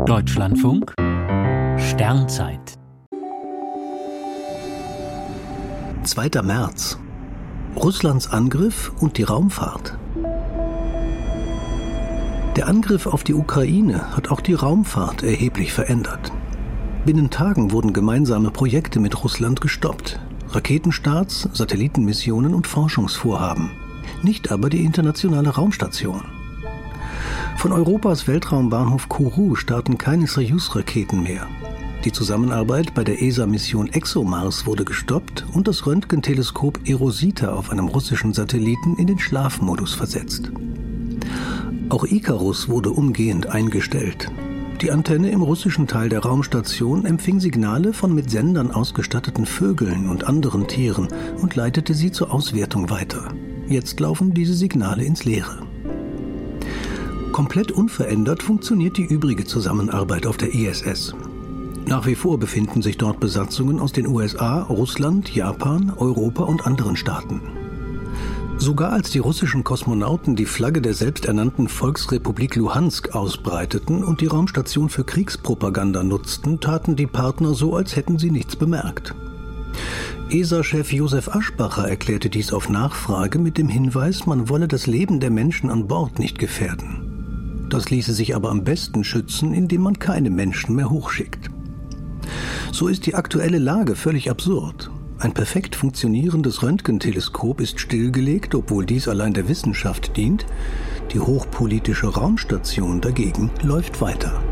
Deutschlandfunk Sternzeit 2. März. Russlands Angriff und die Raumfahrt. Der Angriff auf die Ukraine hat auch die Raumfahrt erheblich verändert. Binnen Tagen wurden gemeinsame Projekte mit Russland gestoppt. Raketenstarts, Satellitenmissionen und Forschungsvorhaben. Nicht aber die internationale Raumstation. Von Europas Weltraumbahnhof Kourou starten keine Soyuz-Raketen mehr. Die Zusammenarbeit bei der ESA-Mission ExoMars wurde gestoppt und das Röntgenteleskop Erosita auf einem russischen Satelliten in den Schlafmodus versetzt. Auch Ikarus wurde umgehend eingestellt. Die Antenne im russischen Teil der Raumstation empfing Signale von mit Sendern ausgestatteten Vögeln und anderen Tieren und leitete sie zur Auswertung weiter. Jetzt laufen diese Signale ins Leere. Komplett unverändert funktioniert die übrige Zusammenarbeit auf der ISS. Nach wie vor befinden sich dort Besatzungen aus den USA, Russland, Japan, Europa und anderen Staaten. Sogar als die russischen Kosmonauten die Flagge der selbsternannten Volksrepublik Luhansk ausbreiteten und die Raumstation für Kriegspropaganda nutzten, taten die Partner so, als hätten sie nichts bemerkt. ESA-Chef Josef Aschbacher erklärte dies auf Nachfrage mit dem Hinweis, man wolle das Leben der Menschen an Bord nicht gefährden. Das ließe sich aber am besten schützen, indem man keine Menschen mehr hochschickt. So ist die aktuelle Lage völlig absurd. Ein perfekt funktionierendes Röntgenteleskop ist stillgelegt, obwohl dies allein der Wissenschaft dient. Die hochpolitische Raumstation dagegen läuft weiter.